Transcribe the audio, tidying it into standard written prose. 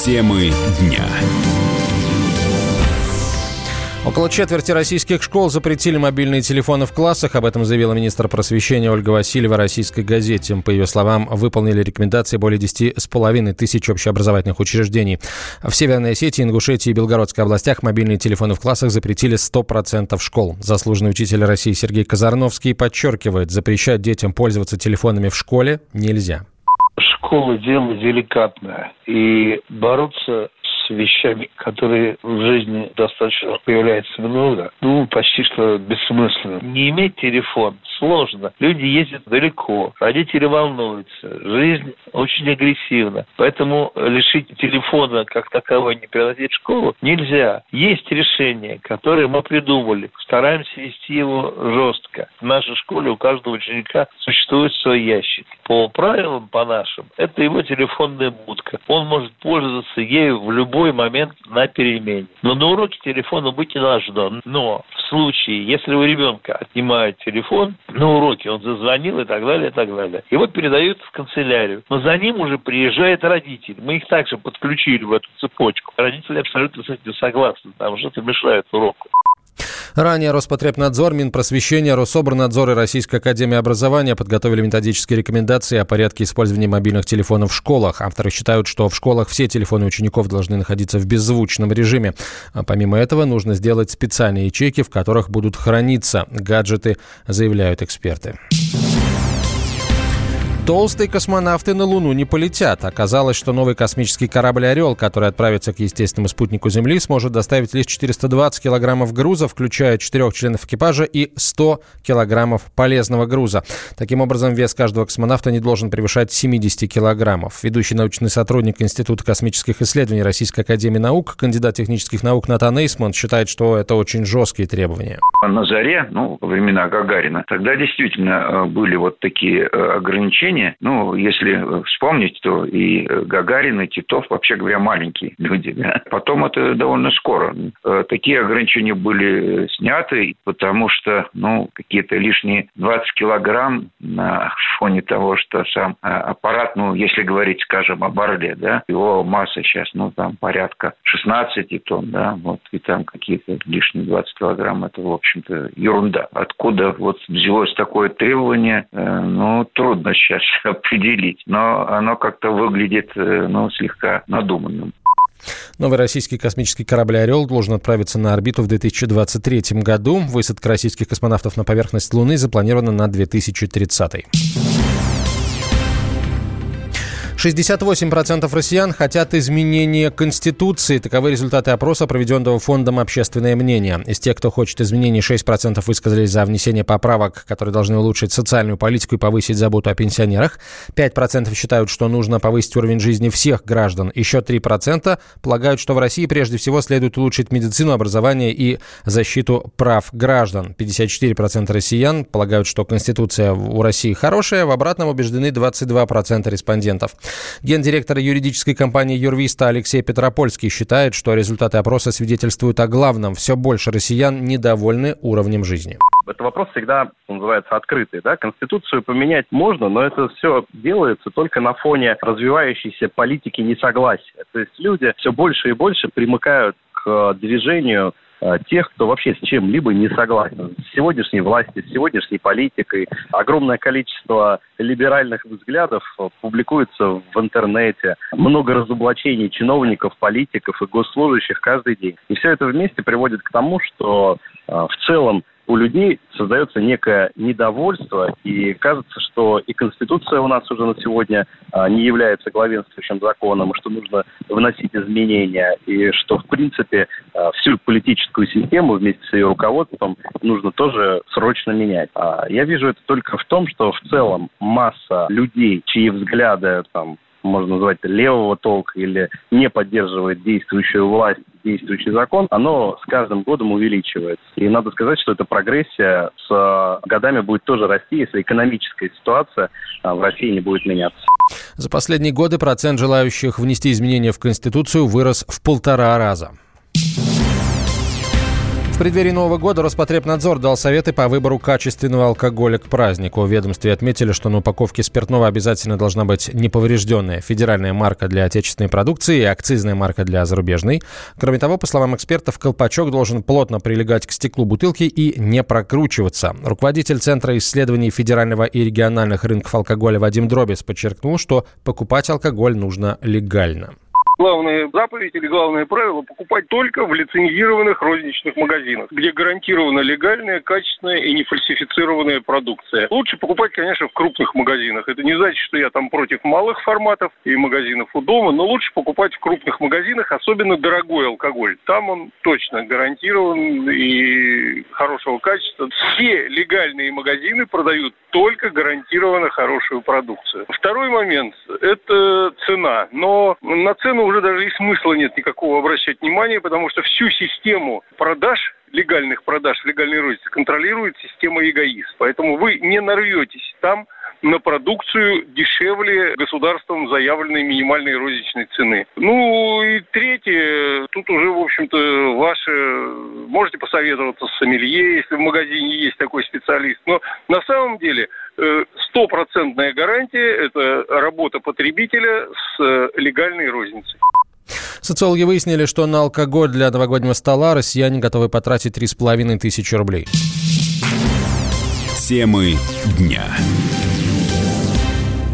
Темы дня. Около четверти российских школ запретили мобильные телефоны в классах. Об этом заявила министр просвещения Ольга Васильева «Российской газете». По ее словам, выполнили рекомендации более 10,5 тысяч общеобразовательных учреждений. В Северной Осетии, Ингушетии и Белгородской областях мобильные телефоны в классах запретили 100% школ. Заслуженный учитель России Сергей Казарновский подчеркивает, запрещать детям пользоваться телефонами в школе нельзя. Школа – дело деликатное, и бороться с вещами, которые в жизни достаточно появляется много, почти что бессмысленно. Не иметь телефон сложно. Люди ездят далеко, родители волнуются, жизнь очень агрессивна. Поэтому лишить телефона как таковой, не превратить в школу нельзя. Есть решение, которое мы придумали. Стараемся вести его жестко. В нашей школе у каждого ученика существует свой ящик. По правилам, по нашим, это его телефонная будка. Он может пользоваться ею в любой момент на перемене. Но на уроке телефона быть не должно. Но в случае, если у ребенка отнимают телефон, на уроке он зазвонил и так далее, и так далее. Его передают в канцелярию. Но за ним уже приезжает родитель. Мы их также подключили в эту цепочку. Родители абсолютно с этим согласны. Там что-то мешает уроку. Ранее Роспотребнадзор, Минпросвещения, Рособорнадзор и Российская академия образования подготовили методические рекомендации о порядке использования мобильных телефонов в школах. Авторы считают, что в школах все телефоны учеников должны находиться в беззвучном режиме. А помимо этого, нужно сделать специальные ячейки, в которых будут храниться гаджеты, заявляют эксперты. Толстые космонавты на Луну не полетят. Оказалось, что новый космический корабль «Орел», который отправится к естественному спутнику Земли, сможет доставить лишь 420 килограммов груза, включая 4 членов экипажа и 100 килограммов полезного груза. Таким образом, вес каждого космонавта не должен превышать 70 килограммов. Ведущий научный сотрудник Института космических исследований Российской академии наук, кандидат технических наук Натан Эйсман считает, что это очень жесткие требования. На заре, во времена Гагарина, тогда действительно были вот такие ограничения. Если вспомнить, то и Гагарин, и Титов, вообще говоря, маленькие люди. Да? Потом это довольно скоро. Такие ограничения были сняты, потому что, какие-то лишние 20 килограмм на фоне того, что сам аппарат, если говорить, скажем, об «Орле», да, его масса сейчас, порядка 16 тонн, да, и там какие-то лишние 20 килограмм, это, в общем-то, ерунда. Откуда взялось такое требование, трудно сейчас определить, но оно как-то выглядит, слегка надуманным. Новый российский космический корабль «Орел» должен отправиться на орбиту в 2023 году. Высадка российских космонавтов на поверхность Луны запланирована на 2030. 68% россиян хотят изменения Конституции. Таковы результаты опроса, проведенного Фондом «Общественное мнение». Из тех, кто хочет изменений, 6% высказались за внесение поправок, которые должны улучшить социальную политику и повысить заботу о пенсионерах. 5% считают, что нужно повысить уровень жизни всех граждан. Еще 3% полагают, что в России прежде всего следует улучшить медицину, образование и защиту прав граждан. 54% россиян полагают, что Конституция у России хорошая. В обратном убеждены 22% респондентов. Гендиректор юридической компании «Юрвиста» Алексей Петропольский считает, что результаты опроса свидетельствуют о главном. Все больше россиян недовольны уровнем жизни. Это вопрос всегда, называется, открытый. Да? Конституцию поменять можно, но это все делается только на фоне развивающейся политики несогласия. То есть люди все больше и больше примыкают к движению тех, кто вообще с чем-либо не согласен. С сегодняшней властью, с сегодняшней политикой. Огромное количество либеральных взглядов публикуется в интернете. Много разоблачений чиновников, политиков и госслужащих каждый день. И все это вместе приводит к тому, что в целом у людей создается некое недовольство, и кажется, что и Конституция у нас уже на сегодня не является главенствующим законом, и что нужно вносить изменения, и что, в принципе, всю политическую систему вместе с ее руководством нужно тоже срочно менять. Я вижу это только в том, что в целом масса людей, чьи взгляды можно назвать левого толка или не поддерживает действующую власть, действующий закон, оно с каждым годом увеличивается. И надо сказать, что эта прогрессия с годами будет тоже расти, если экономическая ситуация в России не будет меняться. За последние годы процент желающих внести изменения в Конституцию вырос в 1,5 раза. В преддверии Нового года Роспотребнадзор дал советы по выбору качественного алкоголя к празднику. В ведомстве отметили, что на упаковке спиртного обязательно должна быть неповрежденная федеральная марка для отечественной продукции и акцизная марка для зарубежной. Кроме того, по словам экспертов, колпачок должен плотно прилегать к стеклу бутылки и не прокручиваться. Руководитель Центра исследований федерального и региональных рынков алкоголя Вадим Дробис подчеркнул, что покупать алкоголь нужно легально. Главная заповедь или главное правило – покупать только в лицензированных розничных магазинах, где гарантирована легальная, качественная и нефальсифицированная продукция. Лучше покупать, конечно, в крупных магазинах. Это не значит, что я там против малых форматов и магазинов у дома, но лучше покупать в крупных магазинах, особенно дорогой алкоголь. Там он точно гарантирован и хорошего качества. Все легальные магазины продают только гарантированно хорошую продукцию. Второй момент – это цена. Но на цену уже даже и смысла нет никакого обращать внимания, потому что всю систему продаж, легальных продаж в легальной рознице контролирует система ЕГАИС. Поэтому вы не нарветесь там на продукцию дешевле государством заявленной минимальной розничной цены. Ну и третье, тут уже, в общем-то, можете посоветоваться с сомелье, если в магазине есть такой специалист. Но на самом деле 100% гарантия – это работа потребителя с легальной розницей. Социологи выяснили, что на алкоголь для новогоднего стола россияне готовы потратить 3500 рублей. Темы дня.